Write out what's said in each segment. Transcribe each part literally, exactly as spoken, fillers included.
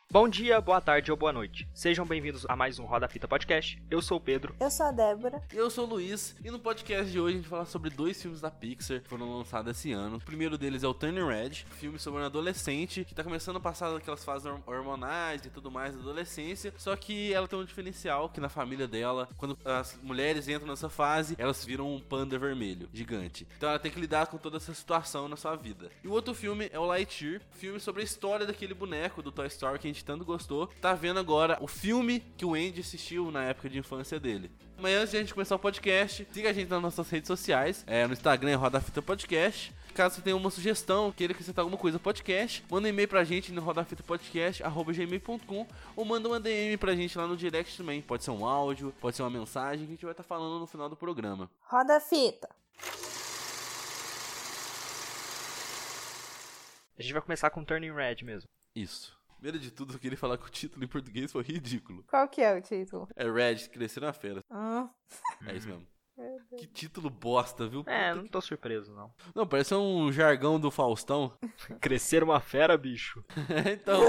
Bom dia, boa tarde ou boa noite. Sejam bem-vindos a mais um Roda Fita Podcast. Eu sou o Pedro. Eu sou a Débora. E eu sou o Luiz. E no podcast de hoje a gente vai falar sobre dois filmes da Pixar que foram lançados esse ano. O primeiro deles é o Turning Red, um filme sobre um adolescente que tá começando a passar daquelas fases hormonais e tudo mais da adolescência. Só que ela tem um diferencial que na família dela, quando as mulheres entram nessa fase, elas viram um panda vermelho, gigante. Então ela tem que lidar com toda essa situação na sua vida. E o outro filme é o Lightyear, filme sobre a história daquele boneco do Toy Story que a gente tanto gostou, tá vendo agora o filme que o Andy assistiu na época de infância dele. Mas antes de a gente começar o podcast, siga a gente nas nossas redes sociais, é, no Instagram é Roda Fita Podcast. Caso você tenha uma sugestão, queira acrescentar alguma coisa no podcast, manda um e-mail pra gente no rodafitapodcast arroba gmail ponto com ou manda uma D M pra gente lá no direct também. Pode ser um áudio, pode ser uma mensagem que a gente vai estar falando no final do programa. Roda a fita. A gente vai começar com Turning Red mesmo. Isso. Primeiro de tudo, eu queria falar que o título em português foi ridículo. Qual que é o título? É Red, Crescer na Fera. Ah. É isso mesmo. Que título bosta, viu? É, Puta não tô surpreso, não. que... Não, parece um jargão do Faustão. Crescer uma fera, bicho. Então...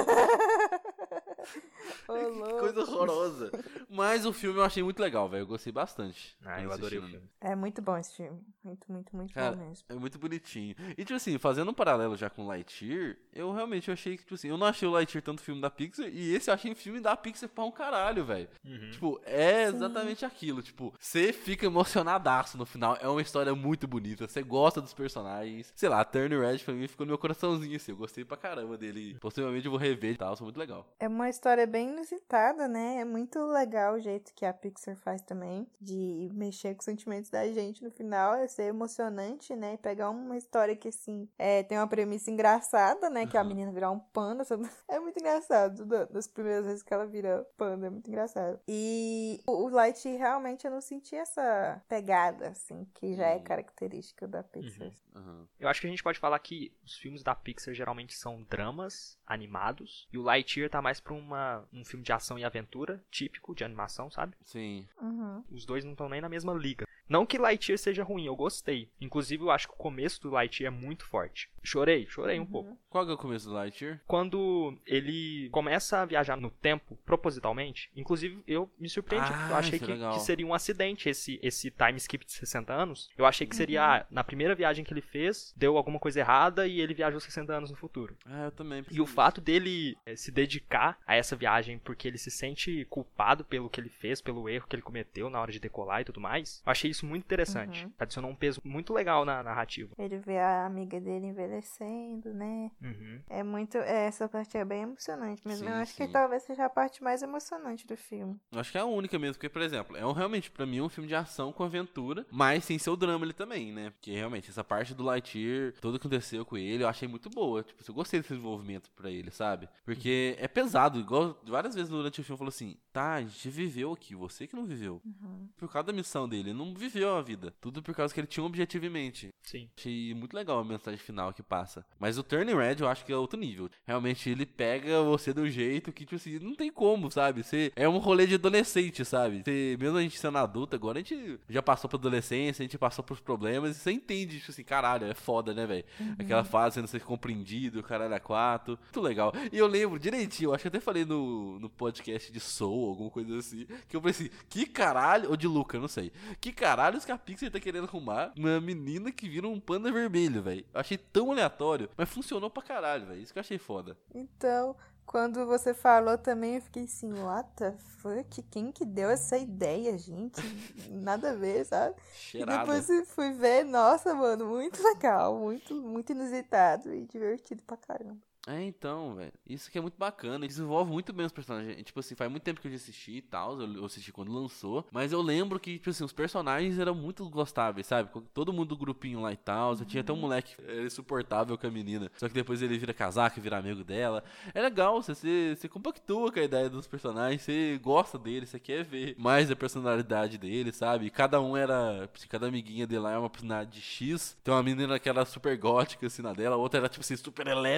Ô, Que louco. coisa horrorosa. Mas o filme eu achei muito legal, velho. Eu gostei bastante. Ah, eu adorei o filme. É muito bom esse filme. Muito, muito, muito Cara, bom mesmo. é muito bonitinho. E, tipo assim, fazendo um paralelo já com Lightyear, eu realmente achei que, tipo assim, eu não achei o Lightyear tanto filme da Pixar, e esse eu achei um filme da Pixar pra um caralho, velho. Uhum. Tipo, é Sim. exatamente aquilo. Tipo, você fica emocionadaço no final. É uma história muito bonita. Você gosta dos personagens. Sei lá, Turning Red pra mim ficou no meu coraçãozinho, assim. Eu gostei pra caramba dele. Possivelmente eu vou rever e tal. Isso é muito legal. É uma história bem inusitada, né? É muito legal o jeito que a Pixar faz também, de mexer com os sentimentos da gente no final, é ser emocionante, né? E pegar uma história que, assim, é, tem uma premissa engraçada, né? Que a menina virar um panda. É muito engraçado. da- Das primeiras vezes que ela vira panda, é muito engraçado. E o o Lightyear, realmente, eu não senti essa pegada, assim, que já é Hum. característica da Pixar. Aham. Eu acho que a gente pode falar que os filmes da Pixar geralmente são dramas animados, e o Lightyear tá mais pra uma, um filme de ação e aventura, típico de animação, sabe? Sim. Uhum. Os dois não estão nem na mesma liga. Não que Lightyear seja ruim, eu gostei. Inclusive, eu acho que o começo do Lightyear é muito forte. Chorei, chorei um Uhum. pouco. Qual que é o começo do Lightyear? Quando ele começa a viajar no tempo, propositalmente, inclusive eu me surpreendi, Ah, eu achei isso é que, legal. que seria um acidente esse, esse time skip de sessenta anos. Eu achei que seria, ah, na primeira viagem que ele fez, deu alguma coisa errada e ele viajou sessenta anos no futuro. Ah, eu também. E o fato dele eh, se dedicar a essa viagem porque ele se sente culpado pelo que ele fez, pelo erro que ele cometeu na hora de decolar e tudo mais, eu achei isso muito interessante. Uhum. Adicionou um peso muito legal na narrativa. Ele vê a amiga dele envelhecendo, né? Uhum. É muito. é, Essa parte é bem emocionante mesmo. Sim, Eu acho sim. que talvez seja a parte mais emocionante do filme. Eu acho que é a única mesmo, porque, por exemplo, é um, realmente, pra mim, um filme de ação com aventura, mas sem ser o drama ali também, né? Porque, realmente, essa parte do Lightyear, tudo que aconteceu com ele, eu achei muito boa. Tipo, eu gostei desse desenvolvimento pra ele, sabe? Porque é pesado, igual várias vezes durante o filme falou assim, tá, a gente viveu aqui, você que não viveu. Uhum. Por causa da missão dele, ele não viveu a vida. Tudo por causa que ele tinha um objetivo em mente. Sim. Achei muito legal a mensagem final que passa. Mas o Turning Red eu acho que é outro nível. Realmente ele pega você de um jeito que, tipo assim, não tem como, sabe? Você é um rolê de adolescente, sabe? Você, mesmo a gente sendo adulto, agora a gente já passou pra adolescência, a gente passou pros problemas e você entende, tipo assim, caralho, é foda, né, velho? Aquela fase sendo ser compreendido, caralho, a quatro. Muito legal. E eu lembro direitinho, eu acho que eu até falei no, no podcast de Soul, alguma coisa assim, que eu pensei, que caralho, ou de Luca, não sei. Que caralho que a Pixar tá querendo arrumar uma menina que vira um panda vermelho, velho. Eu achei tão aleatório, mas funcionou pra caralho, velho. Isso que eu achei foda. Então, quando você falou também, eu fiquei assim, what the fuck? Quem que deu essa ideia, gente? Nada a ver, sabe? Cheirada. E depois eu fui ver, nossa, mano, muito legal, muito, muito inusitado e divertido pra caramba. É, então, velho. Isso que é muito bacana. Desenvolve muito bem os personagens. Tipo assim, faz muito tempo que eu já assisti e tal. Eu, eu assisti quando lançou. Mas eu lembro que, tipo assim, os personagens eram muito gostáveis, sabe? Todo mundo do grupinho lá e tal. Uhum. Tinha até um moleque era insuportável com a menina. Só que depois ele vira casaco e vira amigo dela. É legal, você, você, você compactua com a ideia dos personagens. Você gosta deles, você quer ver mais a personalidade deles, sabe? Cada um era. Cada amiguinha dele lá é uma personalidade de X. Tem uma menina que era super gótica, assim, na dela. A outra era, tipo assim, super elétrica pra caralho.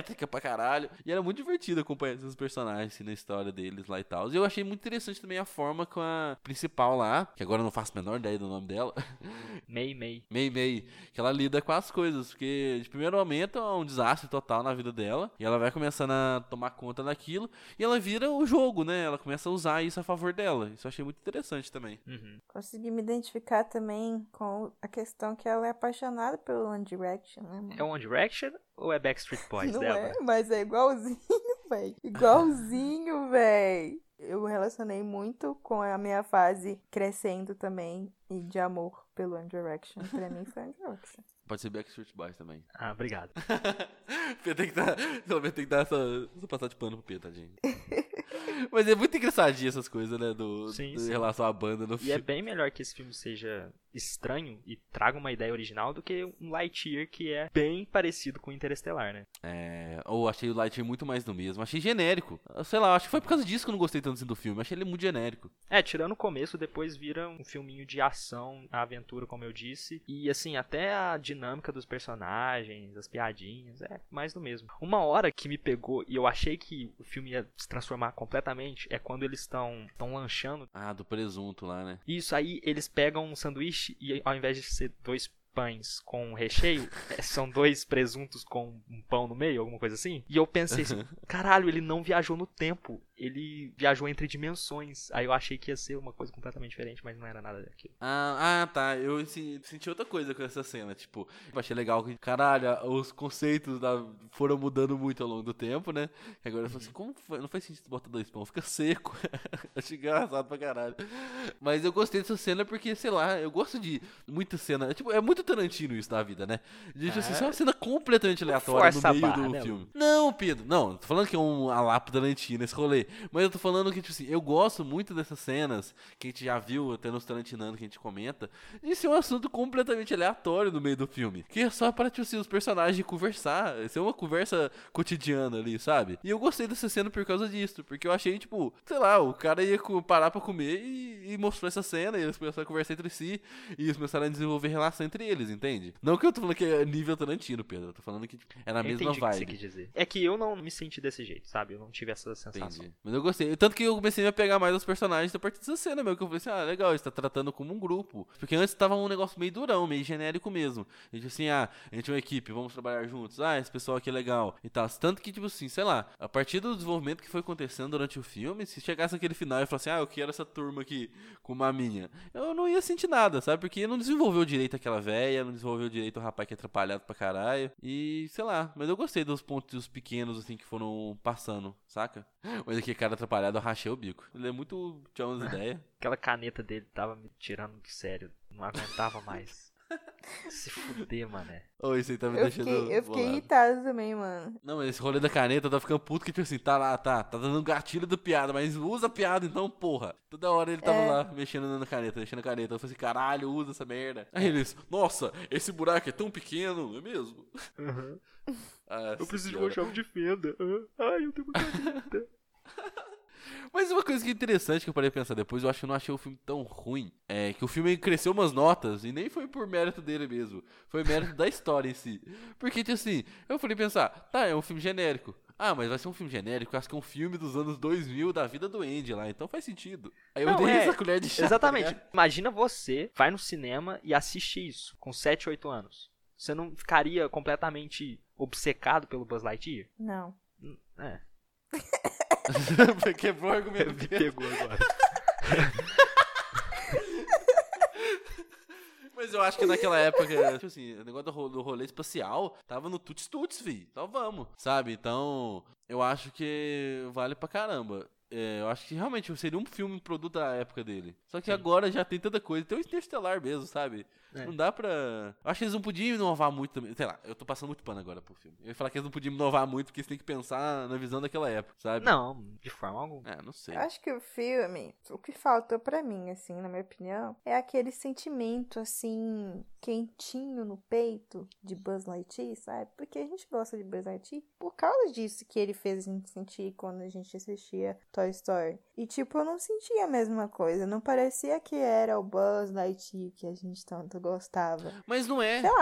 caralho. E era muito divertido acompanhar esses personagens assim, na história deles lá e tal. E eu achei muito interessante também a forma com a principal lá, que agora eu não faço a menor ideia do nome dela. Mei Mei. Mei Mei. Que ela lida com as coisas, porque de primeiro momento é um desastre total na vida dela. E ela vai começando a tomar conta daquilo. E ela vira o jogo, né? Ela começa a usar isso a favor dela. Isso eu achei muito interessante também. Uhum. Consegui me identificar também com a questão que ela é apaixonada pelo One Direction, né, mano? É One Direction ou é Backstreet Boys Não dela? é, mas é igualzinho, véi. Igualzinho, véi. Eu relacionei muito com a minha fase crescendo também e de amor pelo One Direction. Pra mim foi One Direction. Pode ser Backstreet Boys também. Ah, obrigado. Pia tem que dar, pelo menos tem que dar essa, essa passada de pano pro Pia, tadinho. Mas é muito engraçadinho essas coisas, né? Do, Sim, do, sim. em relação à banda no E filme. é bem melhor que esse filme seja estranho e traga uma ideia original do que um Lightyear que é bem parecido com o Interestelar, né? É, ou achei o Lightyear muito mais do mesmo. Achei genérico. Sei lá, acho que foi por causa disso que eu não gostei tanto assim do filme. Achei ele muito genérico. É, tirando o começo, depois vira um filminho de ação, a aventura, como eu disse. E assim, até a dinâmica dos personagens, as piadinhas, é mais do mesmo. Uma hora que me pegou e eu achei que o filme ia se transformar completamente é quando eles estão estão lanchando. Ah, do presunto lá, né? Isso aí, eles pegam um sanduíche e ao invés de ser dois pães com recheio, são dois presuntos com um pão no meio, alguma coisa assim. E eu pensei assim, caralho, ele não viajou no tempo, ele viajou entre dimensões. Aí eu achei que ia ser uma coisa completamente diferente, mas não era nada daquilo. Ah, ah, tá. Eu se- senti outra coisa com essa cena. Tipo, eu achei legal que, caralho, os conceitos da- foram mudando muito ao longo do tempo, né? E agora eu falei assim, como foi? Não faz sentido botar dois pão, fica seco. Achei engraçado pra caralho. Mas eu gostei dessa cena porque, sei lá, eu gosto de muita cena. É, tipo, é muito Tarantino isso na vida, né? De, tipo, assim, Ah, isso é uma cena completamente aleatória no força a meio barra, do né, filme. Não, Pedro, não, tô falando que é um alapo Tarantino esse rolê. Mas eu tô falando que, tipo assim, eu gosto muito dessas cenas que a gente já viu até nos Tarantinando que a gente comenta. Isso é um assunto completamente aleatório no meio do filme. Que é só para, tipo assim, os personagens conversar. Isso é uma conversa cotidiana ali, sabe? E eu gostei dessa cena por causa disso. Porque eu achei, tipo, sei lá, o cara ia co- parar pra comer e, e mostrou essa cena. E eles começaram a conversar entre si. E eles começaram a desenvolver relação entre eles, entende? Não que eu tô falando que é nível Tarantino, Pedro. Eu tô falando que tipo, é na Eu mesma entendi o que você vibe. quis dizer. É que eu não me senti desse jeito, sabe? Eu não tive essa sensação. Entendi. Mas eu gostei. Tanto que eu comecei a pegar mais os personagens a partir dessa cena mesmo. Que eu falei assim, ah, legal, ele tá tratando como um grupo. Porque antes tava um negócio meio durão, meio genérico mesmo. A gente assim, ah, a gente é uma equipe, vamos trabalhar juntos. Ah, esse pessoal aqui é legal. E tal. Tanto que, tipo assim, sei lá, a partir do desenvolvimento que foi acontecendo durante o filme, se chegasse naquele final e falasse, ah, eu quero essa turma aqui com uma minha, eu não ia sentir nada, sabe? Porque não desenvolveu direito aquela véia, não desenvolveu direito o rapaz que é atrapalhado pra caralho. E, sei lá, mas eu gostei dos pontos pequenos, assim, que foram passando, saca? Mas aqui, cara atrapalhado, eu rachei o bico. Ele é muito tchau das ideias. Aquela caneta dele tava me tirando de sério. Não aguentava mais. Se fuder, mané. Ô, isso aí tá me Eu deixando fiquei, eu fiquei bolado. irritada também, mano. Não, mas esse rolê da caneta tá ficando puto que, tipo assim, tá lá, tá, tá dando gatilho da piada, mas usa a piada então, porra. Toda hora ele tava É. lá mexendo na caneta, mexendo na caneta. Eu falei assim, caralho, usa essa merda. Aí eles, nossa, esse buraco é tão pequeno, não é mesmo? Uhum. Ah, Eu preciso de senhora. uma chave de fenda. Ah, Ai, eu tenho uma caneta. Mas uma coisa que é interessante que eu parei de pensar depois, eu acho que eu não achei o filme tão ruim, é que o filme cresceu umas notas e nem foi por mérito dele mesmo, foi mérito da história em si. Porque, tipo assim, eu falei pensar, tá, é um filme genérico. Ah, mas vai ser um filme genérico, eu acho que é um filme dos anos dois mil da vida do Andy lá, então faz sentido. Aí eu Não, dei é, essa colher de chá. Exatamente. né? Imagina você vai no cinema e assiste isso com sete, oito anos. Você não ficaria completamente obcecado pelo Buzz Lightyear? Não. Hum, É, Quebrou o argumento. me pegou agora. Mas eu acho que naquela época, tipo assim, o negócio do ro- do rolê espacial tava no Tuts Tuts, fi. Então vamos, sabe? Então, eu acho que vale pra caramba. É, eu acho que realmente seria um filme produto da época dele. Só que Sim. agora já tem tanta coisa. Tem o Interestelar mesmo, sabe? É. Não dá pra... Eu acho que eles não podiam inovar muito também. Sei lá, eu tô passando muito pano agora pro filme. Eu ia falar que eles não podiam inovar muito porque eles têm que pensar na visão daquela época, sabe? Não, de forma alguma. É, não sei. Eu acho que o filme, o que faltou pra mim, assim, na minha opinião, é aquele sentimento, assim, quentinho no peito de Buzz Lightyear, sabe? Porque a gente gosta de Buzz Lightyear por causa disso que ele fez a gente sentir quando a gente assistia Toy Story. E, tipo, eu não sentia a mesma coisa. Não parecia que era o Buzz Lightyear que a gente tanto gostava. Mas não é. Sei lá.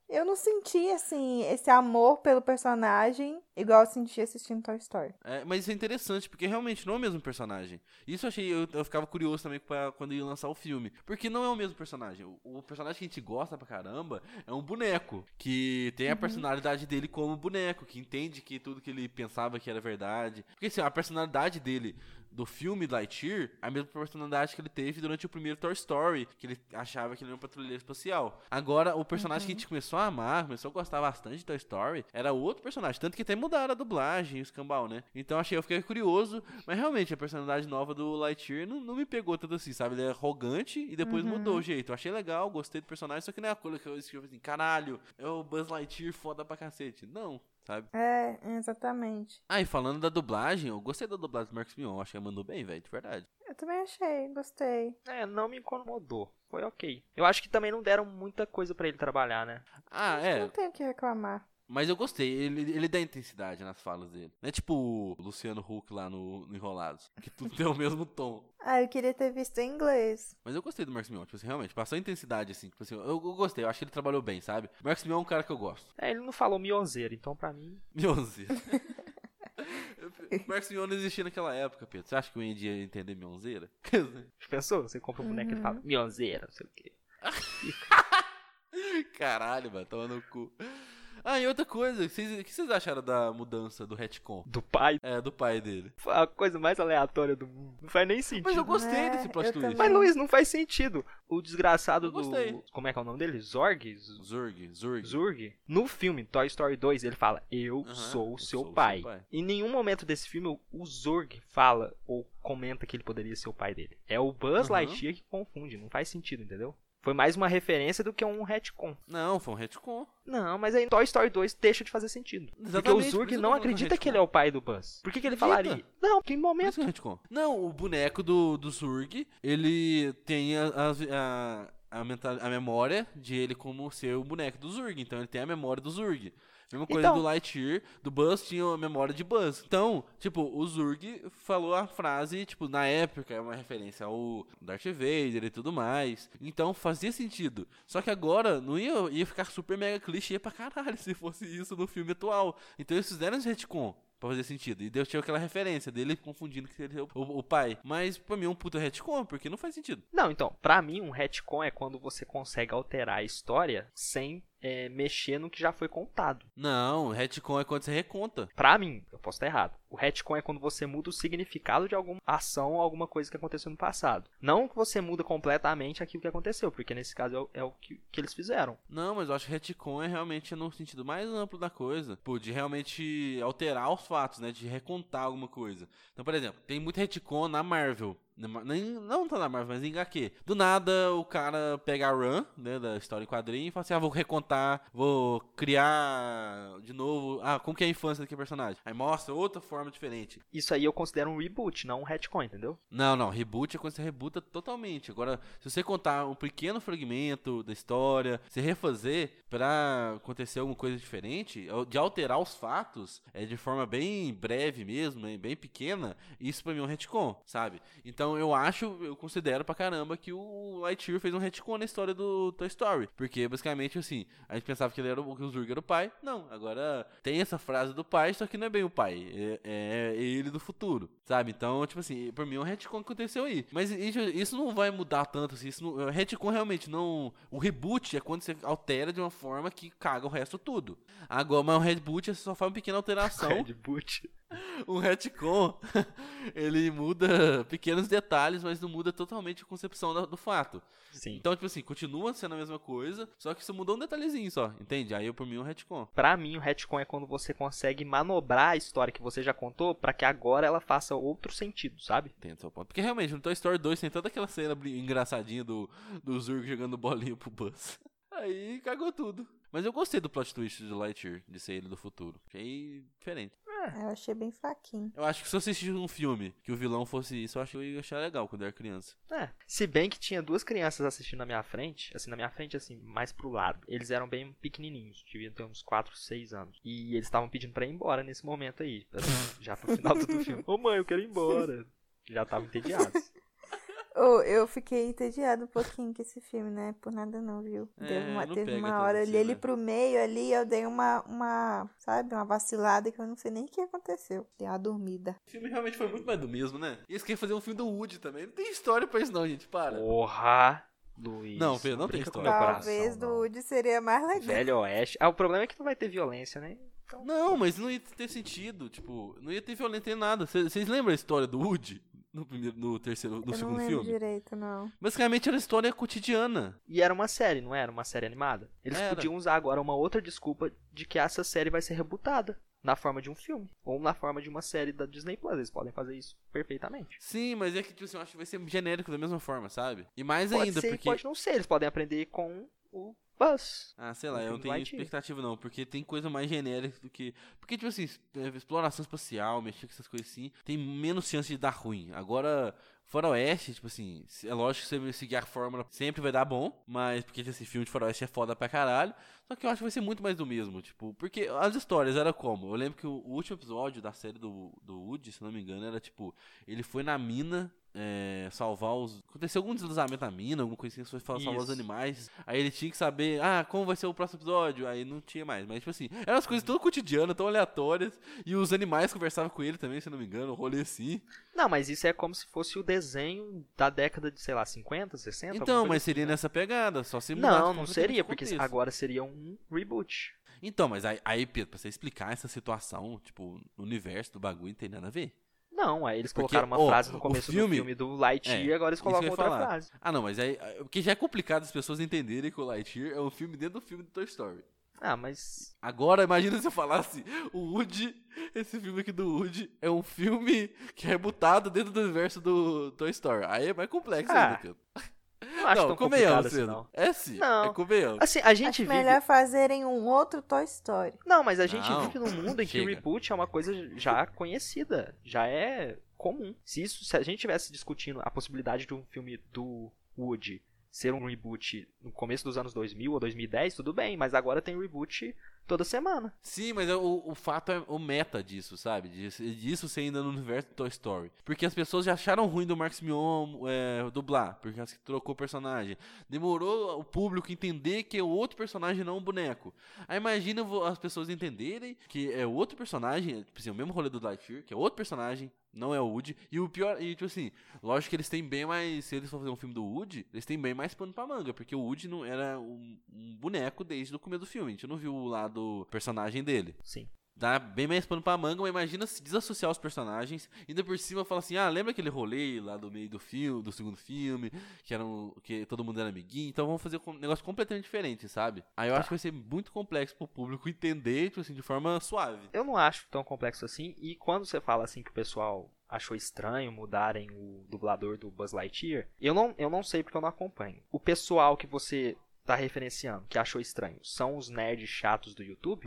Eu não senti, assim, esse amor pelo personagem igual eu senti assistindo Toy Story. É, mas isso é interessante, porque realmente não é o mesmo personagem. Isso eu achei, eu, eu ficava curioso também pra quando ia lançar o filme. Porque não é o mesmo personagem. O, o personagem que a gente gosta pra caramba é um boneco. Que tem a Uhum. personalidade dele como boneco, que entende que tudo que ele pensava que era verdade. Porque assim, a personalidade dele do filme Lightyear, a mesma personalidade que ele teve durante o primeiro Toy Story, que ele achava que ele era um patrulheiro espacial. Agora, o personagem Uhum. que a gente começou a amar, começou a gostar bastante de Toy Story, era outro personagem, tanto que até mudaram a dublagem, o escambau, né? Então achei, eu fiquei curioso, mas realmente a personalidade nova do Lightyear não, não me pegou tanto assim, sabe? Ele é arrogante e depois Uhum. mudou o jeito. Eu achei legal, gostei do personagem, só que não é a coisa que eu escrevi assim, caralho, é o Buzz Lightyear foda pra cacete. Não. Sabe? É, exatamente. Ah, e falando da dublagem, eu gostei da dublagem do Marcos Mion, acho que ele mandou bem, velho, de verdade. Eu também achei, gostei. É, não me incomodou. Foi ok. Eu acho que também não deram muita coisa pra ele trabalhar, né? Ah, é. Não tenho o que reclamar. Mas eu gostei, ele, ele dá intensidade nas falas dele. Não é tipo o Luciano Huck lá no, no Enrolados, que tudo tem o mesmo tom. Ah, eu queria ter visto em inglês. Mas eu gostei do Marcos Mion, tipo assim, realmente, passou intensidade, assim, tipo assim, eu, eu gostei, eu acho que ele trabalhou bem, sabe? O Marcos Mion é um cara que eu gosto. É, ele não falou mionzeiro, então pra mim... Mionzeiro. Marcos Mion não existia naquela época, Pedro. Você acha que o Andy ia entender mionzeira? Pensou? Você compra um boneco e ele fala mionzeira, não sei o quê. Caralho, mano, toma no cu. Ah, e outra coisa, vocês, o que vocês acharam da mudança do retcon? Do pai? É, do pai dele. Foi a coisa mais aleatória do mundo. Não faz nem sentido. Mas eu gostei É, desse plot eu twist. também. Mas, Luiz, não faz sentido. O desgraçado Eu do... gostei. Como é que é o nome dele? Zorg? Z- Zurg, Zurg. Zurg? No filme Toy Story dois, ele fala, eu Aham, sou o eu seu sou o pai. seu pai. Em nenhum momento desse filme o- o Zurg fala ou comenta que ele poderia ser o pai dele. É o Buzz Aham. Lightyear que confunde. Não faz sentido, entendeu? Foi mais uma referência do que um retcon. Não, foi um retcon. Não, mas aí Toy Story dois deixa de fazer sentido. Porque Exatamente, o por Zurg isso eu não tô falando acredita retcon. que ele é o pai do Buzz. Por que, que ele Acredita? falaria? Não, que Por momento. isso que é retcon. Não, o boneco do, do Zurg, ele tem a, a, a, a, mental- a memória de ele como ser o boneco do Zurg. Então ele tem a memória do Zurg. Mesma coisa Então- do Lightyear, do Buzz tinha a memória de Buzz. Então, tipo, o Zurg falou a frase, tipo, na época, é uma referência ao Darth Vader e tudo mais. Então fazia sentido. Só que agora não ia, ia ficar super mega clichê pra caralho se fosse isso no filme atual. Então eles fizeram esse retcon pra fazer sentido. E Deus tinha aquela referência dele confundindo que seria o, o, o pai. Mas pra mim é um puta retcon, porque não faz sentido. Não, então, pra mim um retcon é quando você consegue alterar a história sem é, mexer no que já foi contado. Não, retcon é quando você reconta. Pra mim, eu posso estar errado. O retcon é quando você muda o significado de alguma ação ou alguma coisa que aconteceu no passado. Não que você muda completamente aquilo que aconteceu, porque nesse caso é o, é o que, que eles fizeram. Não, mas eu acho que retcon é realmente no sentido mais amplo da coisa. Pô, de realmente alterar os fatos, né? De recontar alguma coisa. Então, por exemplo, tem muito retcon na Marvel. Na Mar- Nem, não tá na Marvel, mas em H Q. Do nada, o cara pega a run, né, da história em quadrinho e fala assim, ah, vou recontar, vou criar de novo, ah, como que é a infância daquele personagem? Aí mostra outra forma diferente. Isso aí eu considero um reboot, não um retcon, entendeu? Não, não, reboot é quando você rebuta totalmente. Agora, se você contar um pequeno fragmento da história, você refazer pra acontecer alguma coisa diferente, de alterar os fatos, é de forma bem breve mesmo, né, bem pequena, isso pra mim é um retcon, sabe? Então eu acho, eu considero pra caramba que o Lightyear fez um retcon na história do Toy Story. Porque basicamente assim, a gente pensava que ele era o, que o Zurg era o pai. Não, agora tem essa frase do pai, só que não é bem o pai. É, é ele do futuro, sabe? Então, tipo assim, por mim é um retcon que aconteceu aí. Mas isso, isso não vai mudar tanto, assim. Isso não, retcon realmente não. O reboot é quando você altera de uma forma que caga o resto tudo. Agora, mas o reboot é só faz uma pequena alteração. Reboot. Um retcon, ele muda pequenos detalhes, mas não muda totalmente a concepção do, do fato. Sim. Então, tipo assim, continua sendo a mesma coisa, só que isso mudou um detalhezinho só, entende? Aí, por mim, é um retcon. Pra mim, o retcon é quando você consegue manobrar a história que você já contou pra que agora ela faça outro sentido, sabe? Entende seu ponto? Porque, realmente, no Toy Story dois tem toda aquela cena brin- engraçadinha do, do Zurg jogando bolinha pro Buzz. Aí, cagou tudo. Mas eu gostei do plot twist do Lightyear, de ser ele do futuro. Achei diferente. Eu achei bem fraquinho. Eu acho que se eu assistisse um filme que o vilão fosse isso, eu acho que eu ia achar legal quando eu era criança. É. Se bem que tinha duas crianças assistindo na minha frente, assim, na minha frente, assim, mais pro lado. Eles eram bem pequenininhos, deviam ter uns quatro, seis anos. E eles estavam pedindo pra ir embora nesse momento aí, assim, já pro final do filme. Ô mãe, eu quero ir embora. Já estavam entediados. Oh, eu fiquei entediado um pouquinho com esse filme, né? Por nada não, viu? É, Deu uma, não teve pega uma tanto hora assim, ali, ele né? pro meio ali, eu dei uma, uma, sabe, uma vacilada que eu não sei nem o que aconteceu. Dei uma dormida. O filme realmente foi muito mais do mesmo, né? E eles querem fazer um filme do Woody também. Não tem história pra isso não, gente. Para. Porra, Luiz. Não, Pedro, não tem brinca com história. meu Talvez coração, do não. Woody seria mais legal. Velho Oeste. Ah, o problema é que não vai ter violência, né? Então, Não, mas não ia ter sentido. Tipo, não ia ter violência nem nada. Vocês lembram a história do Woody? No, primeiro, no terceiro, no eu não segundo lembro filme? direito, não. Basicamente era história cotidiana. E era uma série, não era? Uma série animada. Eles Era. podiam usar agora uma outra desculpa de que essa série vai ser rebutada. Na forma de um filme. Ou na forma de uma série da Disney Plus. Eles podem fazer isso perfeitamente. Sim, mas é que tipo assim, eu acho que vai ser genérico da mesma forma, sabe? E mais Pode ainda, ser porque. e pode não ser. Eles podem aprender com o Buzz. Ah, sei o lá, eu filme não do tenho Lightyear. expectativa não, porque tem coisa mais genérica do que. Porque, tipo assim, exploração espacial, mexer com essas coisas assim, tem menos chance de dar ruim. Agora. Faroeste, tipo assim, é lógico que você seguir a fórmula sempre vai dar bom, mas porque esse filme de Faroeste é foda pra caralho, só que eu acho que vai ser muito mais do mesmo, tipo, porque as histórias eram como? Eu lembro que o, o último episódio da série do, do Woody, se não me engano, era tipo, ele foi na mina é, salvar os... Aconteceu algum deslizamento na mina, alguma coisa assim, foi salvar os Isso. animais, aí ele tinha que saber, ah, como vai ser o próximo episódio, aí não tinha mais, mas tipo assim, eram as coisas tão cotidianas, tão aleatórias, e os animais conversavam com ele também, se não me engano, um rolê assim. Não, mas isso é como se fosse o desenho da década de, sei lá, cinquenta, sessenta. alguma Então, coisa mas assim, seria né? nessa pegada, só se mudasse Não, não completamente seria, o porque contexto. agora seria um reboot. Então, mas aí, aí, Pedro, pra você explicar essa situação, tipo, no universo do bagulho, não tem nada a ver. Não, aí eles Porque, colocaram uma ó, frase no o começo filme- do filme do Lightyear, É, agora eles isso que eu colocam ia outra falar. frase. Ah, não, mas aí, porque já é complicado as pessoas entenderem que o Lightyear é um filme dentro do filme do Toy Story. Ah, mas... Agora, imagina se eu falasse, o Woody, esse filme aqui do Woody, é um filme que é rebutado dentro do universo do Toy Story. Aí é mais complexo Ah, ainda, Pedro. Não acho Não, tão convenhamos, complicado assim, Pedro. não. É sim, Não. é convenhamos. Assim, a gente Acho vive... melhor fazerem um outro Toy Story. Não, mas a gente Não, vive num mundo em que chega. reboot é uma coisa já conhecida, já é comum. Se isso, se a gente tivesse discutindo a possibilidade de um filme do Woody ser um reboot no começo dos anos dois mil ou dois mil e dez, tudo bem, mas agora tem reboot toda semana. Sim, mas é o, o fato é o meta disso, sabe? Disso, disso ser ainda no universo do Toy Story. Porque as pessoas já acharam ruim do Marcos Mion é, dublar, porque acho que trocou o personagem. Demorou o público entender que é o outro personagem, não um boneco. Aí imagina vo- as pessoas entenderem que é outro personagem, tipo assim, o mesmo rolê do Lightyear, que é outro personagem, não é o Woody. E o pior, e tipo assim, lógico que eles têm bem mais, se eles for fazer um filme do Woody, eles têm bem mais pano pra manga, porque o Woody não era um, um boneco desde o começo do filme. A gente não viu o lado do personagem dele. Sim. Dá bem mais pano pra manga, mas imagina se desassociar os personagens, ainda por cima fala assim, ah, lembra aquele rolê lá do meio do filme, do segundo filme, que era um, que todo mundo era amiguinho, então vamos fazer um negócio completamente diferente, sabe? Aí eu Tá. acho que vai ser muito complexo pro público entender, tipo assim, de forma suave. Eu não acho tão complexo assim, e quando você fala assim que o pessoal achou estranho mudarem o dublador do Buzz Lightyear, eu não, eu não sei porque eu não acompanho. O pessoal que você tá referenciando, que achou estranho, são os nerds chatos do YouTube?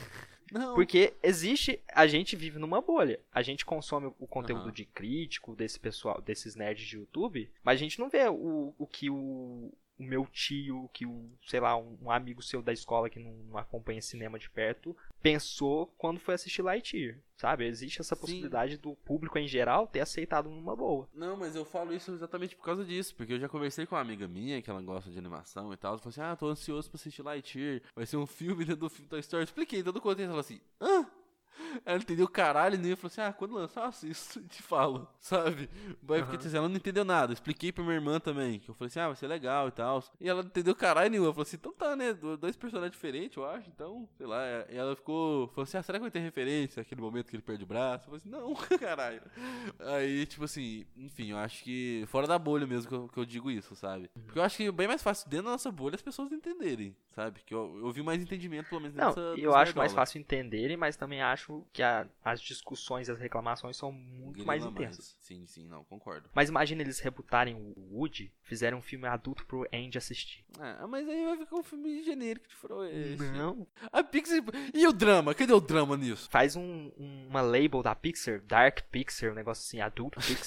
Não. Porque existe, a gente vive numa bolha. A gente consome o conteúdo Aham. de crítico desse pessoal, desses nerds de YouTube, mas a gente não vê o, o que o, o meu tio, que o, sei lá, um, um amigo seu da escola que não, não acompanha cinema de perto, pensou quando foi assistir Lightyear, sabe? Existe essa Sim. possibilidade do público em geral ter aceitado numa boa. Não, mas eu falo isso exatamente por causa disso, porque eu já conversei com uma amiga minha, que ela gosta de animação e tal, ela falou assim, ah, tô ansioso pra assistir Lightyear, vai ser um filme dentro do filme Toy Story. Eu expliquei todo o contexto, ela falou assim, hã? Ela entendeu caralho, e falou assim, ah, quando lançar eu assisto, te falo, sabe? Mas porque assim, ela não entendeu nada, eu expliquei pra minha irmã também, que eu falei assim, ah, vai ser legal e tal, e ela não entendeu caralho nenhum, ela falou assim, então tá, né, do- dois personagens diferentes, eu acho, então, sei lá, e ela ficou, falou assim, ah, será que vai ter referência àquele momento que ele perde o braço? Eu falei assim, não, caralho. Aí, tipo assim, enfim, eu acho que fora da bolha mesmo que eu, que eu digo isso, sabe? Porque eu acho que é bem mais fácil dentro da nossa bolha as pessoas entenderem, sabe? Que eu, eu vi mais entendimento, pelo menos, Não, nessa eu acho mais fácil entenderem, mas também acho que a- as discussões e as reclamações são muito mais intensas. Sim, sim, não, concordo. Mas imagina eles rebutarem o Woody, fizerem um filme adulto pro Andy assistir. Ah, mas aí vai ficar um filme genérico de faroeste. Não. A Pixar... E o drama? Cadê o drama nisso? Faz um, um- uma label da Pixar, Dark Pixar, um negócio assim, adulto Pixar.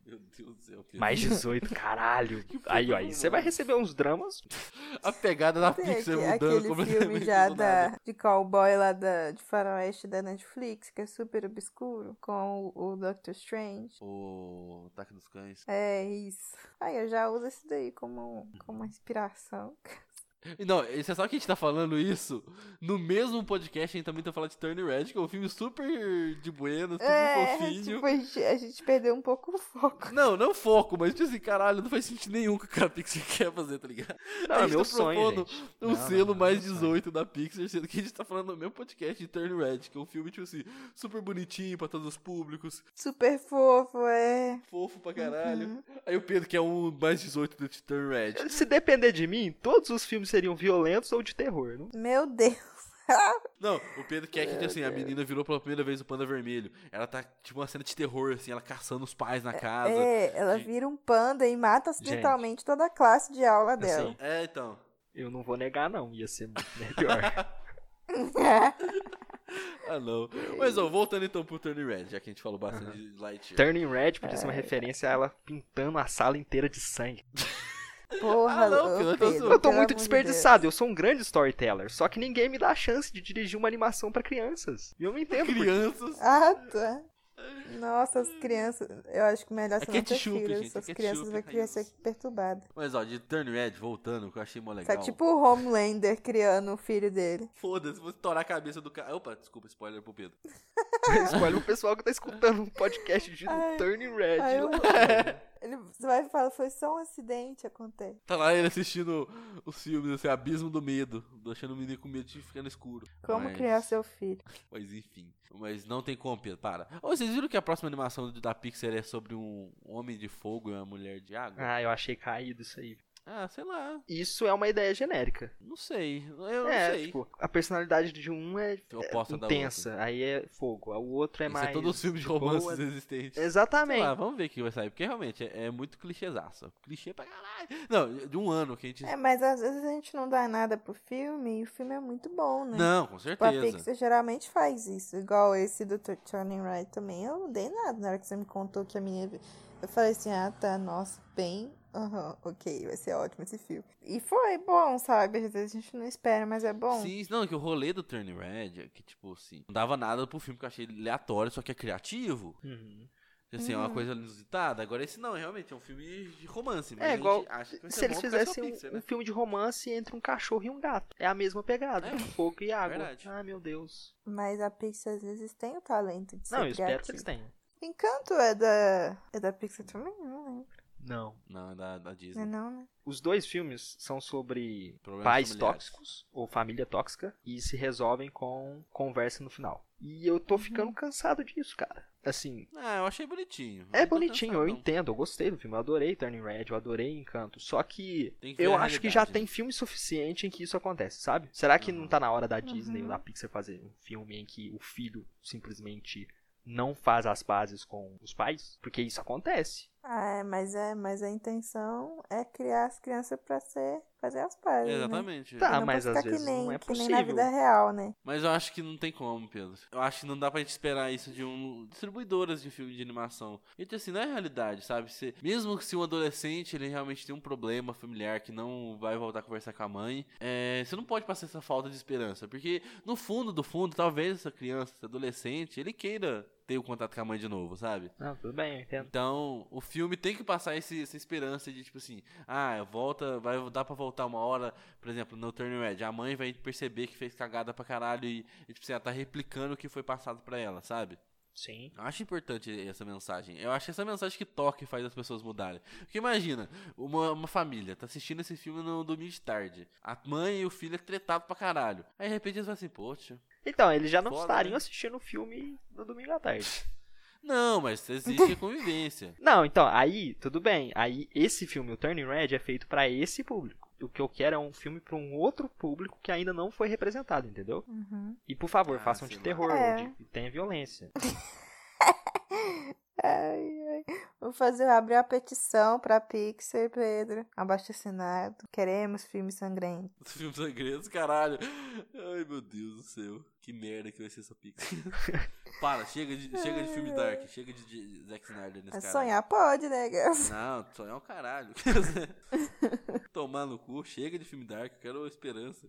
Meu Deus do céu. Pedro. Mais dezoito, caralho. Aí, ó, aí você vai receber uns dramas. A pegada da Tem Pixar aque- mudando aquele completamente filme já do nada. da, de cowboy lá da, de faroeste da Netflix, que é super obscuro, com o, o Doctor Strange. O Ataque dos Cães. É isso. Aí eu já uso esse daí como, como inspiração. Não, você sabe que a gente tá falando isso? No mesmo podcast a gente também tá falando de Turning Red, que é um filme super de buenas, super É, fofinho. tipo, a gente, a gente perdeu um pouco o foco. Não, não foco, mas tipo assim, caralho, não faz sentido nenhum que o cara Pixar quer fazer, tá ligado? Não, a é gente meu tá sonho, propondo gente. um Não, selo não, não, mais é meu dezoito da Pixar, sendo que a gente tá falando no mesmo podcast de Turning Red, que é um filme, tipo assim, super bonitinho pra todos os públicos, Super fofo, é. fofo pra caralho. Uhum. Aí o Pedro quer um mais dezoito do Turning Red. Se depender de mim, todos os filmes seriam violentos ou de terror, não? Meu Deus. Não, o Pedro quer que, tipo assim, a menina virou pela primeira vez o Panda Vermelho. Ela tá, tipo, uma cena de terror, assim, ela caçando os pais na casa. É, ela de- vira um panda e mata acidentalmente toda a classe de aula dela. Assim, É, então. eu não vou negar, não. Ia ser muito melhor. Ah, não. Mas, ó, voltando então pro Turning Red, já que a gente falou bastante de Lightyear. Turning Red podia ser uma referência a ela pintando a sala inteira de sangue. Porra, Ah, não, ô, Pedro, eu tô Pedro, zoando. Eu tô pelo muito amor de desperdiçado, eu sou um grande storyteller, só que ninguém me dá a chance de dirigir uma animação pra crianças. E eu não entendo por quê. Crianças. Deus. Ah, tá. Nossa, as crianças. Eu acho que melhor É você não ter ketchup, filhos. gente, é As ketchup, crianças vão é crescer isso. perturbadas. Mas, ó, de Turning Red, voltando, que eu achei mó Tá legal. tipo o Homelander criando o filho dele. Foda-se, vou estourar a cabeça do cara. Opa, desculpa, spoiler pro Pedro. Escolhe o pessoal que tá escutando um podcast de Ai, Turning Red. ai, eu- lá. Ele, você vai falar, foi só um acidente, acontece. Tá lá ele assistindo os filmes, assim, Abismo do Medo, deixando o menino com medo de ficar no escuro. Como Mas- criar seu filho. Mas enfim. Mas não tem como, Pedro. Para. Ô, vocês viram que a próxima animação da Pixar é sobre um homem de fogo e uma mulher de água? Ah, eu achei caído isso aí. Ah, sei lá. Isso é uma ideia genérica. Não sei. Eu não é, sei. tipo, a personalidade de um é, É oposta é da intensa, aí é fogo. O outro é Isso mais. é todos os filmes de boa. romances existentes. Sei Exatamente. lá, vamos ver o que vai sair. Porque realmente é, é muito clichêzaço. Clichê pra caralho. Não, de um ano que a gente. É, mas às vezes a gente não dá nada pro filme e o filme é muito bom, né? Não, com Tipo, a certeza. Pixar geralmente faz isso. Igual esse do Tur- Turning Right também. Eu não dei nada na hora que você me contou que a menina. Eu falei assim, ah tá, nossa, bem. Aham, ok, vai ser ótimo esse filme. E foi bom, sabe? Às vezes a gente não espera, mas é bom. Sim, não, que o rolê do Turning Red é que, tipo assim, não dava nada pro filme que eu achei aleatório, só que é criativo. Uhum. Assim, é uma Uhum. coisa inusitada. Agora esse não, realmente, é um filme de romance. Mas É a gente igual acha que vai ser se eles bom porque vai ser fizessem uma um, Pixar, um né? filme de romance entre um cachorro e um gato. É a mesma pegada. É, Fogo e água. verdade. Ah, meu Deus. Mas a Pixar às vezes tem o talento de ser Não, eu espero que criativa. eles tenham. Encanto é da. É da Pixar também? Não lembro. Não. Não, é da, da Não é Disney. não, né? Os dois filmes são sobre Problemas pais familiares. tóxicos ou família tóxica e se resolvem com conversa no final. E eu tô ficando cansado disso, cara. Assim, Ah, eu achei bonitinho. é Não tô bonitinho, cansado, eu não. entendo, eu gostei do filme, eu adorei Turning Red, eu adorei Encanto. Só que Tem que ver eu a acho que já realidade, tem né? filme suficiente em que isso acontece, sabe? Será que não Uhum. tá na hora da Disney Uhum. ou da Pixar fazer um filme em que o filho simplesmente não faz as pazes com os pais? Porque isso acontece. Ah, é, mas é, mas a intenção é criar as crianças pra ser, fazer as pazes, né? Exatamente. E Tá, não mas pra às ficar vezes que nem, não é que nem possível. na vida real, né? Mas eu acho que não tem como, Pedro. Eu acho que não dá pra gente esperar isso de um distribuidoras de filme de animação. Gente, assim, não é realidade, sabe? Se, mesmo que se um adolescente ele realmente tem um problema familiar que não vai voltar a conversar com a mãe, é, você não pode passar essa falta de esperança. Porque no fundo do fundo, talvez essa criança, esse adolescente, ele queira ter o contato com a mãe de novo, sabe? Não, tudo bem, eu entendo. Então, o filme tem que passar esse, essa esperança de, tipo assim, ah, volta, vai dar pra voltar uma hora, por exemplo, no Turning Red, a mãe vai perceber que fez cagada pra caralho e, e tipo assim, ela tá replicando o que foi passado pra ela, sabe? Sim. Eu acho importante essa mensagem. Eu acho essa mensagem que toca e faz as pessoas mudarem. Porque imagina, uma, uma família tá assistindo esse filme no domingo de tarde. A mãe e o filho é tretado pra caralho. Aí de repente eles falam assim, poxa. Então, eles já não Foda, estariam né? assistindo o filme no domingo à tarde. Não, mas existe a convivência. Não, então, aí, tudo bem. Aí, esse filme, o Turning Red, é feito pra esse público. O que eu quero é um filme pra um outro público que ainda não foi representado, entendeu? Uhum. E, por favor, Ah, façam de sei lá. terror, É. de, tenha violência. Ai, ai. Vou fazer, abrir a petição pra Pixar, Pedro. Abaixo assinado. Queremos filmes sangrentos. Os filmes sangrentos, caralho. Ai, meu Deus do céu. Que merda que vai ser essa Pixar. Para, chega de, chega de filme dark. Chega de, de Zack Snyder nesse cara. Sonhar pode, né, Gus? Não, sonhar é um caralho. Tomar no cu, chega de filme dark, eu quero esperança.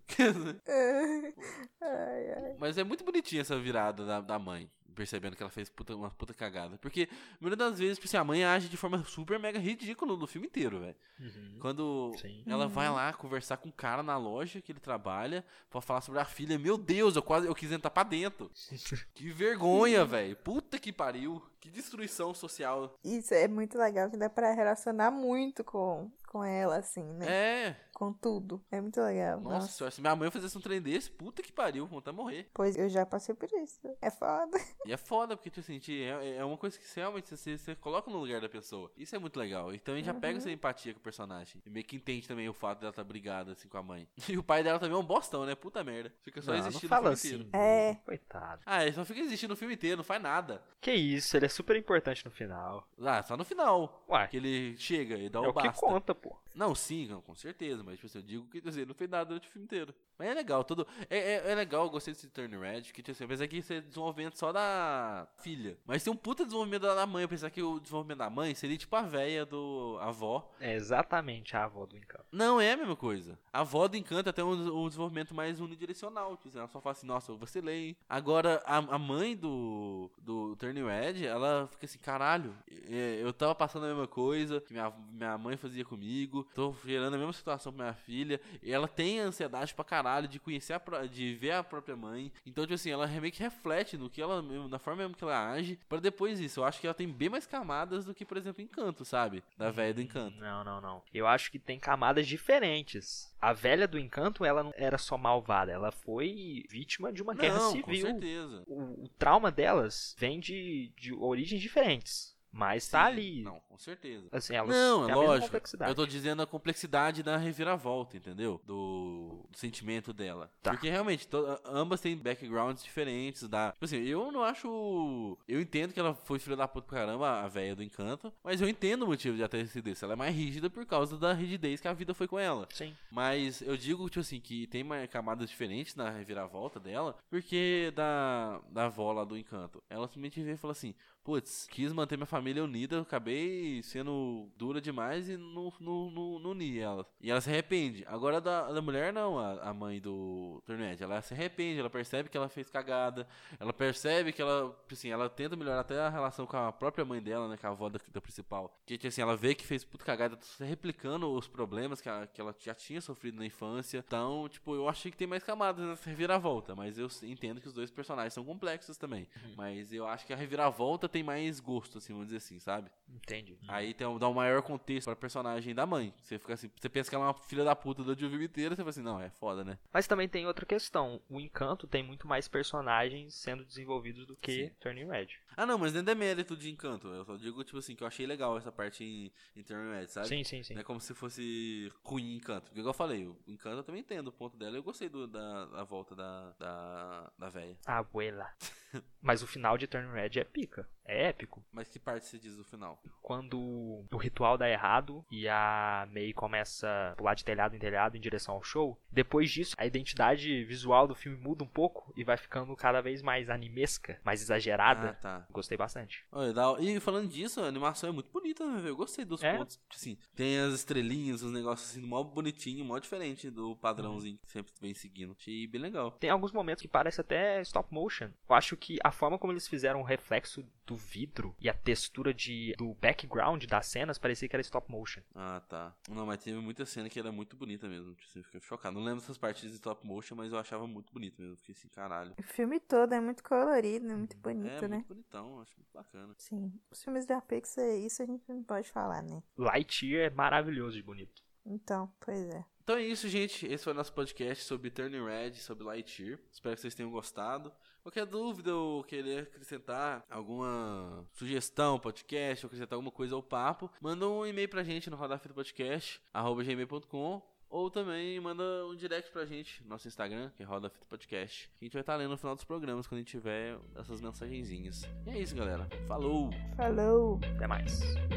Ai, ai. Mas é muito bonitinha essa virada da, da mãe, percebendo que ela fez puta, uma puta cagada. Porque, a maioria das vezes, tipo assim, a mãe age de forma super mega ridícula no filme inteiro, velho. Uhum. Quando Sim. ela Uhum. vai lá conversar com um cara na loja que ele trabalha pra falar sobre a filha, meu Deus, eu quase eu quis entrar pra dentro. Que vergonha, velho. Puta que pariu. Que destruição social. Isso é muito legal, que dá pra relacionar muito com, com ela, assim, né? É. Com tudo. É muito legal. Nossa, Nossa. senhora, se minha mãe fizesse um trem desse, puta que pariu, vou até morrer. Pois eu já passei por isso. É foda. E é foda, porque, tipo assim, gente, é, é uma coisa que você, realmente você, você coloca no lugar da pessoa. Isso é muito legal. Então a gente já pega essa empatia com o personagem. E meio que entende também o fato dela estar brigada, assim, com a mãe. E o pai dela também é um bostão, né? Puta merda. Fica só Não, não existindo fala no filme assim. inteiro. É. Coitado. Ah, ele só fica existindo no filme inteiro, não faz nada. Que isso, ele é super importante no final. Ah, só no final. Ué, Que ele chega e dá é o o que basta. conta, pô. Não, sim, não, com certeza, mas tipo assim, eu digo que assim, não fez nada durante o filme inteiro. Mas é legal, todo. É, é, é legal, eu gostei desse Turn Red, que tipo assim, apesar que isso é desenvolvimento só da filha. Mas tem um puta desenvolvimento da mãe. Eu pensava que o desenvolvimento da mãe seria tipo a véia do a avó. É exatamente a avó do Encanto. Não é a mesma coisa. A avó do Encanto é até um, um desenvolvimento mais unidirecional. Tipo assim, ela só fala assim, nossa, eu vacilei, hein? Agora, a, a mãe do, do Turn Red, ela fica assim, caralho, é, eu tava passando a mesma coisa que minha, minha mãe fazia comigo, tô gerando a mesma situação pra minha filha, e ela tem ansiedade pra caralho de conhecer, a, pró- de ver a própria mãe. Então, tipo assim, ela meio que reflete no que ela, na forma mesmo que ela age, pra depois isso. Eu acho que ela tem bem mais camadas do que, por exemplo, Encanto, sabe? Da velha do Encanto. Não, não, não. Eu acho que tem camadas diferentes. A velha do Encanto, ela não era só malvada, ela foi vítima de uma guerra Não, civil. com certeza. O, o trauma delas vem de, de origens diferentes. Mas tá Sim, ali. Não, com certeza. Assim, elas Não, é têm a mesma lógico. complexidade. Eu tô dizendo a complexidade da reviravolta, entendeu? Do, do sentimento dela. Tá. Porque realmente, to- ambas têm backgrounds diferentes. Da... Tipo assim, eu não acho. Eu entendo que ela foi filha da puta pra caramba, a véia do Encanto. Mas eu entendo o motivo de ela ter sido isso. Ela é mais rígida por causa da rigidez que a vida foi com ela. Sim. Mas eu digo, tipo assim, que tem mais camadas diferentes na reviravolta dela, porque da, da avó lá do Encanto. Ela simplesmente veio e falou assim, putz, quis manter minha família unida, eu acabei sendo dura demais e não, não, não, não uni ela. E ela se arrepende. Agora da, da mulher não, a, a mãe do Tornette, ela se arrepende, ela percebe que ela fez cagada, ela percebe que ela, assim, ela tenta melhorar até a relação com a própria mãe dela, né, com a avó da, da principal. Que, tipo assim, ela vê que fez puta cagada, tá replicando os problemas que, a, que ela já tinha sofrido na infância. Então, tipo, eu achei que tem mais camadas nessa reviravolta, mas eu entendo que os dois personagens são complexos também. Uhum. Mas eu acho que a reviravolta tem mais gosto, assim, vamos dizer assim, sabe? Entendi. Aí tem, dá um maior contexto pra personagem da mãe. Você fica assim, você pensa que ela é uma filha da puta do filme inteiro, você fala assim, não, é foda, né? Mas também tem outra questão. O Encanto tem muito mais personagens sendo desenvolvidos do que Sim. Turning Red. Ah, não, mas nem é mérito de Encanto. Eu só digo, tipo assim, que eu achei legal essa parte em, em Turning Red, sabe? Sim, sim, sim. Não é como se fosse ruim Encanto. Porque, igual eu falei, o Encanto eu também entendo o ponto dela. Eu gostei do, da, da volta da, da, da véia. Abuela. Mas o final de Turning Red é pica. É épico. Mas que parte você diz do final? Quando o ritual dá errado e a May começa a pular de telhado em telhado em direção ao show, depois disso a identidade visual do filme muda um pouco e vai ficando cada vez mais animesca, mais exagerada. Ah, tá. Gostei bastante. Olha, dá- E falando disso, a animação é muito bonita, né, velho? Eu gostei dos É? pontos. Assim, tem as estrelinhas, os negócios assim, mó bonitinho, mó diferente do padrãozinho que sempre vem seguindo. Achei bem legal. Tem alguns momentos que parece até stop motion. Eu acho que a forma como eles fizeram o reflexo do vidro e a textura de, do background das cenas parecia que era stop motion. Ah, tá. Não, mas teve muita cena que era muito bonita mesmo. Você fica chocado. Não lembro dessas partes de stop motion, mas eu achava muito bonito mesmo. Fiquei assim, caralho. O filme todo é muito colorido, é muito bonito, é né? muito bonitão, acho muito bacana. Sim. Os filmes da Pixar, isso a gente não pode falar, né? Lightyear é maravilhoso de bonito. Então, pois é. Então é isso, gente. Esse foi o nosso podcast sobre Turning Red, sobre Lightyear. Espero que vocês tenham gostado. Qualquer dúvida ou querer acrescentar alguma sugestão, podcast, ou acrescentar alguma coisa ao papo, manda um e-mail pra gente no rodafitapodcast, arroba gmail ponto com, ou também manda um direct pra gente no nosso Instagram, que é Roda Fita Podcast, que a gente vai estar lendo no final dos programas, quando a gente tiver essas mensagenzinhas. E é isso, galera. Falou! Falou! Até mais.